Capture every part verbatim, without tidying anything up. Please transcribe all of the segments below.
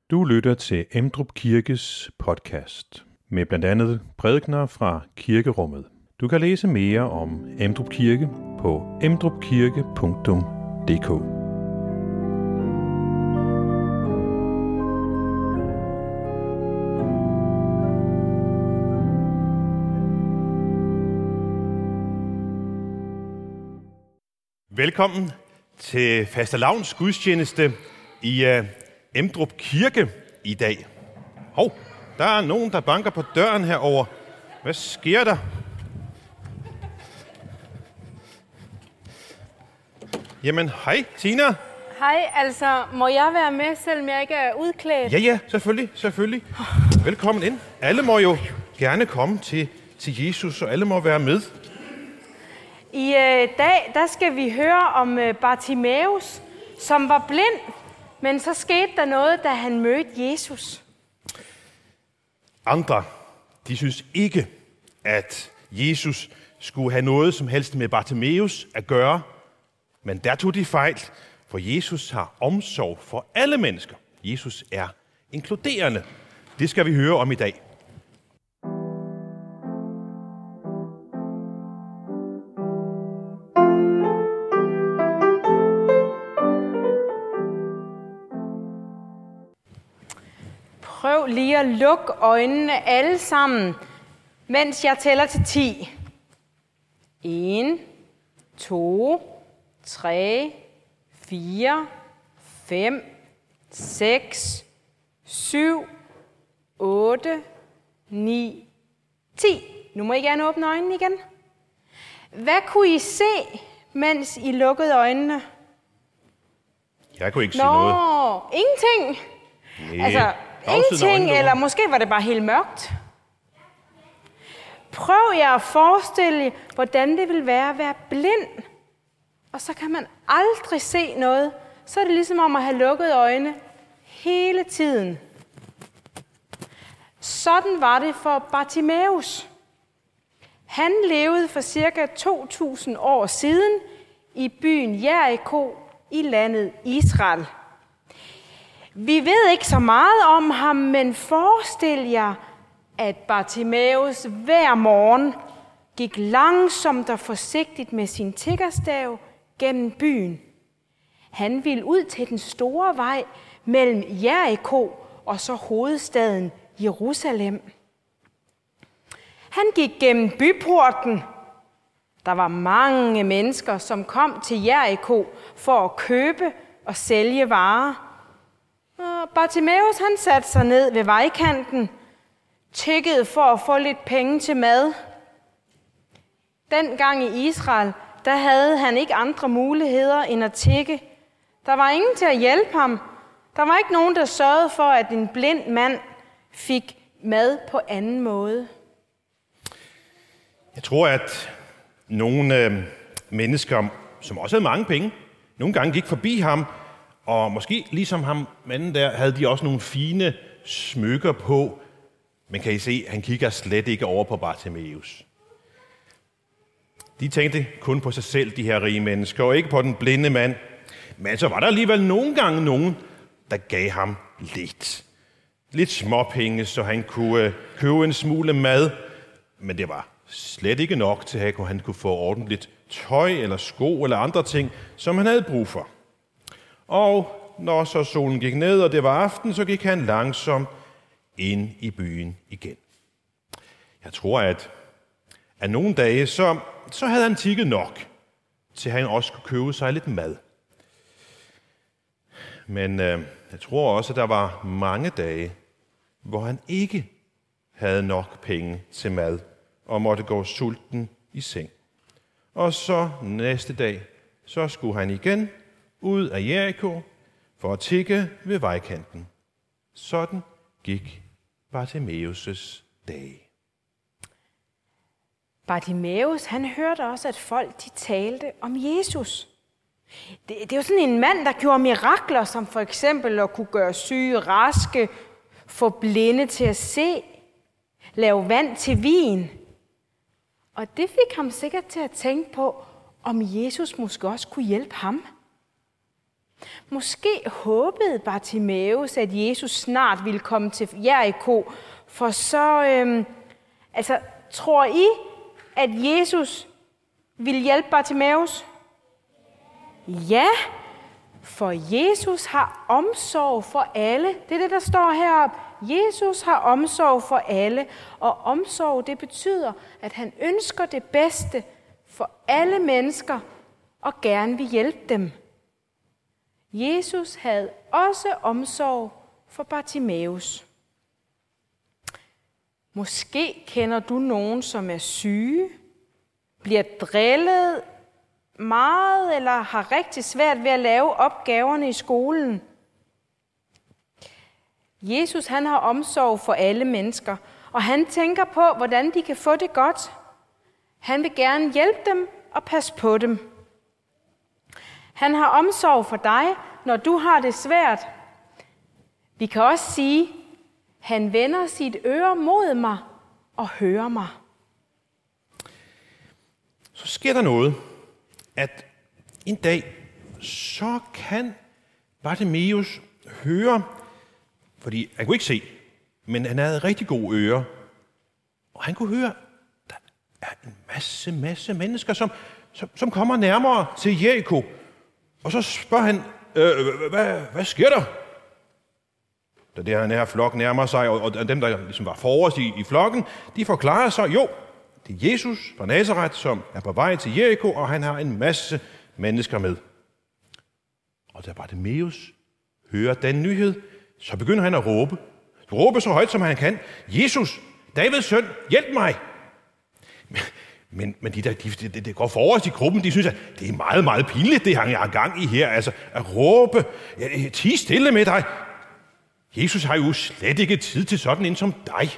Du lytter til Emdrup Kirkes podcast med blandt andet prædikener fra kirkerummet. Du kan læse mere om Emdrup Kirke på emdrupkirke punktum d k. Velkommen til fastelavns gudstjeneste i uh, Emdrup Kirke i dag. Hov, der er nogen, der banker på døren herover. Hvad sker der? Jamen, hej Tina. Hej, altså, må jeg være med, selvom jeg ikke er udklædt? Ja, ja, selvfølgelig, selvfølgelig. Velkommen ind. Alle må jo gerne komme til, til Jesus, og alle må være med. I øh, dag, der skal vi høre om øh, Bartimæus, som var blind, men så skete der noget, da han mødte Jesus. Andre, de synes ikke, at Jesus skulle have noget som helst med Bartimæus at gøre, men der tog de fejl, for Jesus har omsorg for alle mennesker. Jesus er inkluderende. Det skal vi høre om i dag. Prøv lige at lukke øjnene alle sammen, mens jeg tæller til ti. En, to, tre, fire, fem, seks, syv, otte, ni, ti. Nu må I gerne åbne øjnene igen. Hvad kunne I se, mens I lukkede øjnene? Jeg kunne ikke Nå, se noget. Ingenting. Nej. Altså, ingenting, eller måske var det bare helt mørkt. Prøv jer at forestille jer, hvordan det vil være at være blind. Og så kan man aldrig se noget. Så er det ligesom om at have lukket øjne hele tiden. Sådan var det for Bartimæus. Han levede for cirka to tusind år siden i byen Jeriko i landet Israel. Vi ved ikke så meget om ham, men forestil jer, at Bartimæus hver morgen gik langsomt og forsigtigt med sin tiggerstav gennem byen. Han ville ud til den store vej mellem Jeriko og så hovedstaden Jerusalem. Han gik gennem byporten. Der var mange mennesker, som kom til Jeriko for at købe og sælge varer. Og Bartimæus han satte sig ned ved vejkanten, tiggede for at få lidt penge til mad. Dengang i Israel, der havde han ikke andre muligheder end at tigge. Der var ingen til at hjælpe ham. Der var ikke nogen, der sørgede for, at en blind mand fik mad på anden måde. Jeg tror, at nogle øh, mennesker, som også havde mange penge, nogle gange gik forbi ham, og måske ligesom ham manden der, havde de også nogle fine smykker på. Men kan I se, han kigger slet ikke over på Bartimæus. De tænkte kun på sig selv, de her rige mennesker, og ikke på den blinde mand. Men så var der alligevel nogle gange nogen, der gav ham lidt. Lidt småpenge, så han kunne købe en smule mad. Men det var slet ikke nok til, at han kunne få ordentligt tøj eller sko eller andre ting, som han havde brug for. Og når så solen gik ned, og det var aften, så gik han langsomt ind i byen igen. Jeg tror, at, at nogle dage, så, så havde han tigget nok, til han også kunne købe sig lidt mad. Men øh, jeg tror også, at der var mange dage, hvor han ikke havde nok penge til mad, og måtte gå sulten i seng. Og så næste dag, så skulle han igen ud af Jeriko for at tigge ved vejkanten. Sådan gik Bartimæus' dage. Bartimæus, han hørte også, at folk de talte om Jesus. Det, det er jo sådan en mand, der gjorde mirakler, som for eksempel at kunne gøre syge raske, få blinde til at se, lave vand til vin. Og det fik ham sikkert til at tænke på, om Jesus måske også kunne hjælpe ham. Måske håbede Bartimæus, at Jesus snart ville komme til Jeriko, for så, øhm, altså, tror I, at Jesus ville hjælpe Bartimæus? Ja, for Jesus har omsorg for alle. Det er det, der står heroppe. Jesus har omsorg for alle, og omsorg, det betyder, at han ønsker det bedste for alle mennesker og gerne vil hjælpe dem. Jesus havde også omsorg for Bartimæus. Måske kender du nogen, som er syge, bliver drillet meget eller har rigtig svært ved at lave opgaverne i skolen. Jesus, han har omsorg for alle mennesker, og han tænker på, hvordan de kan få det godt. Han vil gerne hjælpe dem og passe på dem. Han har omsorg for dig, når du har det svært. Vi kan også sige, han vender sit øre mod mig og hører mig. Så sker der noget, at en dag, så kan Bartimæus høre, fordi han kunne ikke se, men han havde rigtig gode ører. Og han kunne høre, der er en masse, masse mennesker, som, som, som kommer nærmere til Jeriko. Og så spørger han, øh, hvad, hvad sker der? Da det her, her flok nærmer sig, og, og dem, der ligesom var forrest i, i flokken, de forklarer sig, jo, det er Jesus fra Nazaret, som er på vej til Jeriko, og han har en masse mennesker med. Og da Bartimæus hører den nyhed, så begynder han at råbe. Råbe så højt, som han kan. Jesus, Davids søn, hjælp mig! Men, men de der, de, de, de går forrest i gruppen, de synes, at det er meget, meget pinligt, det han har gang i her. Altså, at råbe, ja, tig stille med dig. Jesus har jo slet ikke tid til sådan en som dig.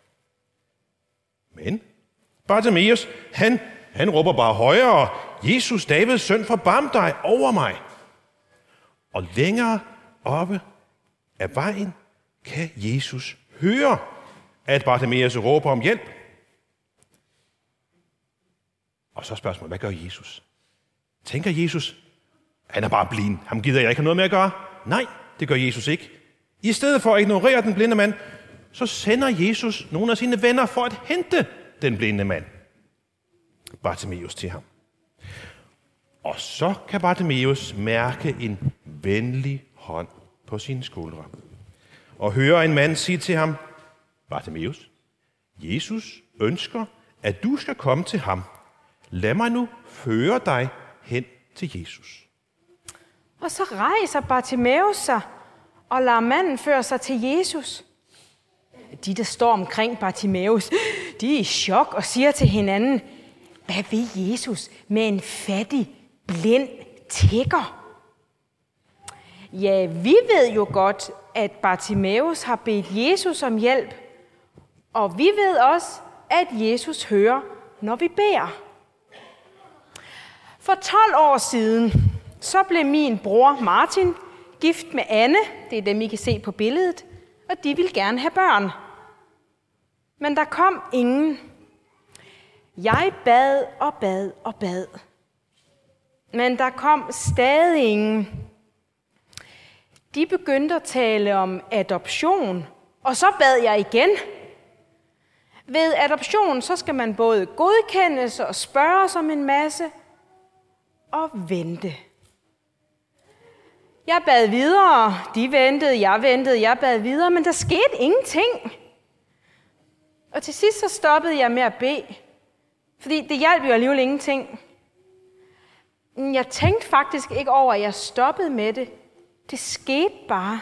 Men Bartimæus, han, han råber bare højere, Jesus, Davids søn, forbarm dig over mig. Og længere oppe af vejen kan Jesus høre, at Bartimæus råber om hjælp. Og så spørgsmålet, hvad gør Jesus? Tænker Jesus, han er bare blind, ham gider jeg ikke have noget med at gøre? Nej, det gør Jesus ikke. I stedet for at ignorere den blinde mand, så sender Jesus nogle af sine venner for at hente den blinde mand, Bartimæus, til ham. Og så kan Bartimæus mærke en venlig hånd på sine skuldre. Og høre en mand sige til ham, Bartimæus, Jesus ønsker, at du skal komme til ham. Lad mig nu føre dig hen til Jesus. Og så rejser Bartimæus sig og lader manden føre sig til Jesus. De, der står omkring Bartimæus, de er i chok og siger til hinanden, hvad vil Jesus med en fattig, blind tigger? Ja, vi ved jo godt, at Bartimæus har bedt Jesus om hjælp, og vi ved også, at Jesus hører, når vi beder. For tolv år siden, så blev min bror Martin gift med Anne, det er dem, I kan se på billedet, og de ville gerne have børn. Men der kom ingen. Jeg bad og bad og bad. Men der kom stadig ingen. De begyndte at tale om adoption, og så bad jeg igen. Ved adoption, så skal man både godkendes og spørges om en masse, og vente. Jeg bad videre, de ventede, jeg ventede, jeg bad videre, men der skete ingenting. Og til sidst så stoppede jeg med at bede, fordi det hjalp jo alligevel ingenting. Jeg tænkte faktisk ikke over, at jeg stoppede med det. Det skete bare.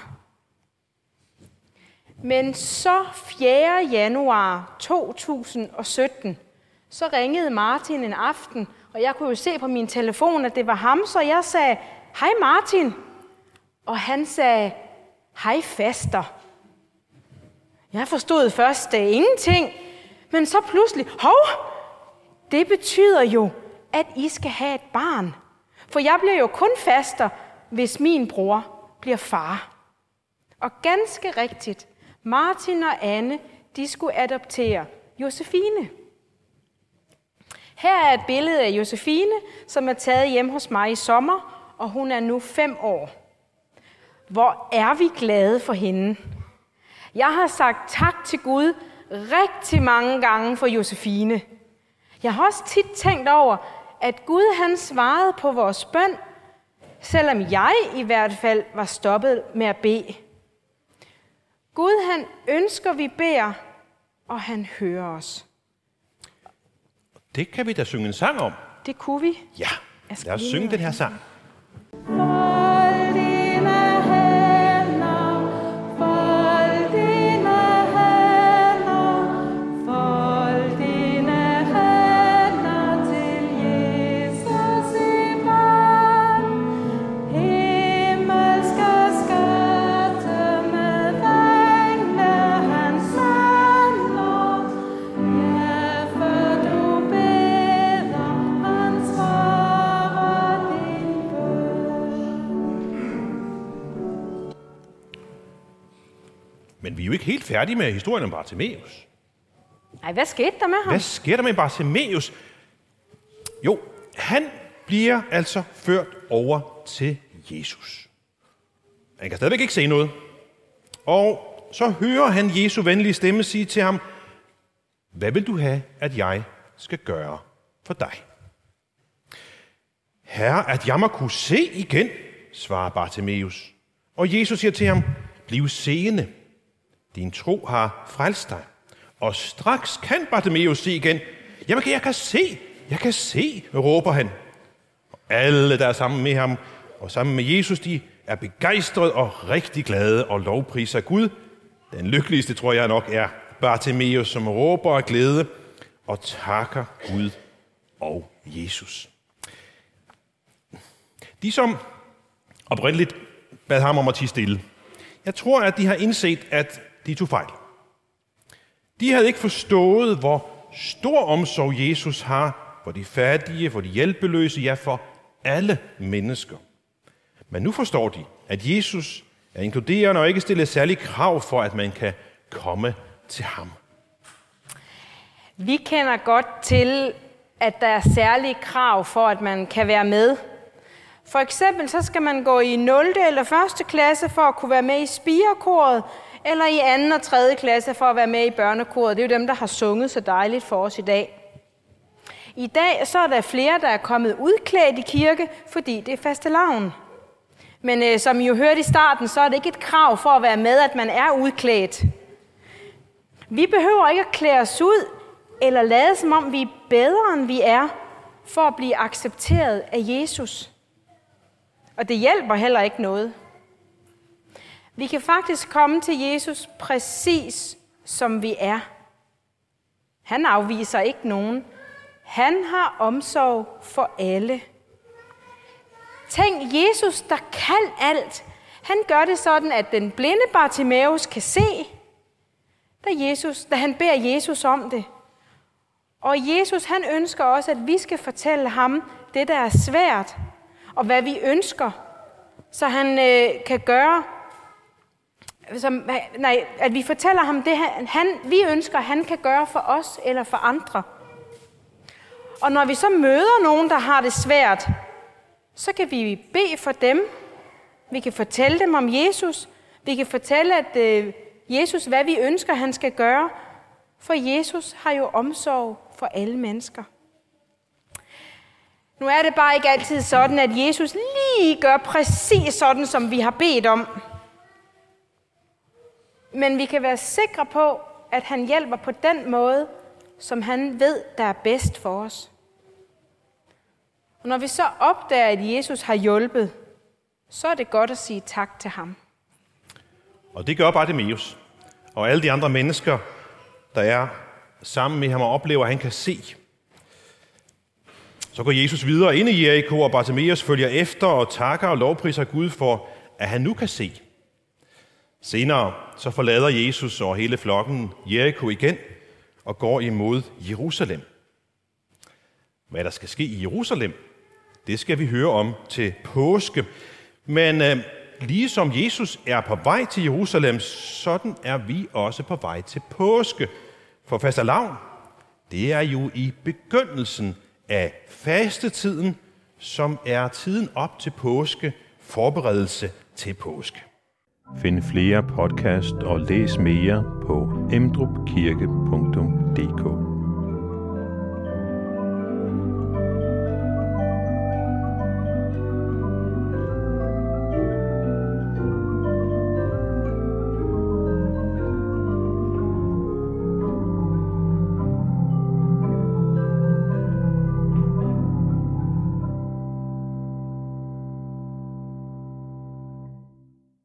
Men så fjerde januar to tusind og sytten, så ringede Martin en aften, og jeg kunne jo se på min telefon, at det var ham, så jeg sagde, hej Martin. Og han sagde, hej faster. Jeg forstod først uh, ingenting, men så pludselig, hov, det betyder jo, at I skal have et barn. For jeg bliver jo kun faster, hvis min bror bliver far. Og ganske rigtigt, Martin og Anne, de skulle adoptere Josefine. Her er et billede af Josefine, som er taget hjem hos mig i sommer, og hun er nu fem år. Hvor er vi glade for hende. Jeg har sagt tak til Gud rigtig mange gange for Josefine. Jeg har også tit tænkt over, at Gud han svarede på vores bøn, selvom jeg i hvert fald var stoppet med at bede. Gud han ønsker, vi beder, og han hører os. Det kan vi da synge en sang om. Det kunne vi. Ja, lad os synge den her sang. Men vi er jo ikke helt færdige med historien om Bartimeus. Nej, hvad skete der med ham? Hvad sker der med Bartimeus? Jo, han bliver altså ført over til Jesus. Han kan stadigvæk ikke se noget. Og så hører han Jesu venlige stemme sige til ham, hvad vil du have, at jeg skal gøre for dig? Herre, at jeg må kunne se igen, svarer Bartimeus. Og Jesus siger til ham, bliv seende. Din tro har frelst dig. Og straks kan Bartimeus se igen. Jamen, jeg kan se, jeg kan se, råber han. Og alle, der er sammen med ham og sammen med Jesus, de er begejstrede og rigtig glade og lovpriser Gud. Den lykkeligste, tror jeg nok, er Bartimeus, som råber af glæde og takker Gud og Jesus. De, som oprindeligt bad ham om at tie stille, jeg tror, at de har indset, at de tog fejl. De havde ikke forstået, hvor stor omsorg Jesus har for de fattige, for de hjælpeløse, ja, for alle mennesker. Men nu forstår de, at Jesus er inkluderende og ikke stiller særlige krav for, at man kan komme til ham. Vi kender godt til, at der er særlige krav for, at man kan være med. For eksempel så skal man gå i nul eller første klasse for at kunne være med i spirekoret, eller i anden og tredje klasse for at være med i børnekoret. Det er jo dem, der har sunget så dejligt for os i dag. I dag så er der flere, der er kommet udklædt i kirke, fordi det er fastelavn. Men øh, som I jo hørte i starten, så er det ikke et krav for at være med, at man er udklædt. Vi behøver ikke at klæde os ud, eller lade som om vi er bedre, end vi er, for at blive accepteret af Jesus. Og det hjælper heller ikke noget. Vi kan faktisk komme til Jesus præcis som vi er. Han afviser ikke nogen. Han har omsorg for alle. Tænk, Jesus, der kan alt. Han gør det sådan, at den blinde Bartimeus kan se, da, Jesus, da han beder Jesus om det. Og Jesus, han ønsker også, at vi skal fortælle ham det, der er svært, og hvad vi ønsker, så han øh, kan gøre, som, nej, at vi fortæller ham det, han, vi ønsker, han kan gøre for os eller for andre. Og når vi så møder nogen, der har det svært, så kan vi bede for dem. Vi kan fortælle dem om Jesus. Vi kan fortælle, at øh, Jesus, hvad vi ønsker, han skal gøre. For Jesus har jo omsorg for alle mennesker. Nu er det bare ikke altid sådan, at Jesus lige gør præcis sådan, som vi har bedt om. Men vi kan være sikre på, at han hjælper på den måde, som han ved, der er bedst for os. Og når vi så opdager, at Jesus har hjulpet, så er det godt at sige tak til ham. Og det gør Bartimeus. Og alle de andre mennesker, der er sammen med ham og oplever, at han kan se. Så går Jesus videre ind i Jericho, og Bartimeus følger efter og takker og lovpriser Gud for, at han nu kan se. Senere så forlader Jesus og hele flokken Jericho igen og går imod Jerusalem. Hvad der skal ske i Jerusalem, det skal vi høre om til påske. Men øh, ligesom Jesus er på vej til Jerusalem, sådan er vi også på vej til påske. For fastelavn, det er jo i begyndelsen af fastetiden, som er tiden op til påske, forberedelse til påske. Find flere podcast og læs mere på emdrupkirke punktum d k.